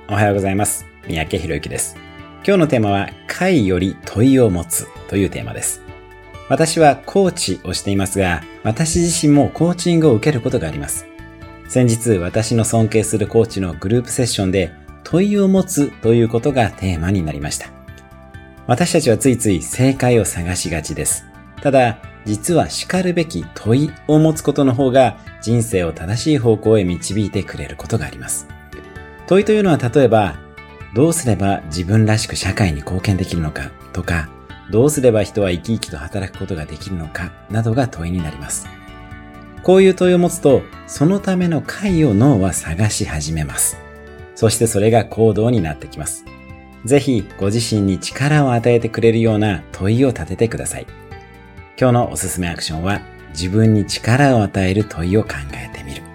おはようございます。三宅宏之です。今日のテーマは解より問いを持つというテーマです。私はコーチをしていますが、私自身もコーチングを受けることがあります。先日、私の尊敬するコーチのグループセッションで問いを持つということがテーマになりました。私たちはついつい正解を探しがちです。ただ、実は叱るべき問いを持つことの方が人生を正しい方向へ導いてくれることがあります。問いというのは例えば、どうすれば自分らしく社会に貢献できるのかとか、どうすれば人は生き生きと働くことができるのかなどが問いになります。こういう問いを持つと、そのための解を脳は探し始めます。そしてそれが行動になってきます。ぜひご自身に力を与えてくれるような問いを立ててください。今日のおすすめアクションは、自分に力を与える問いを考えてみる。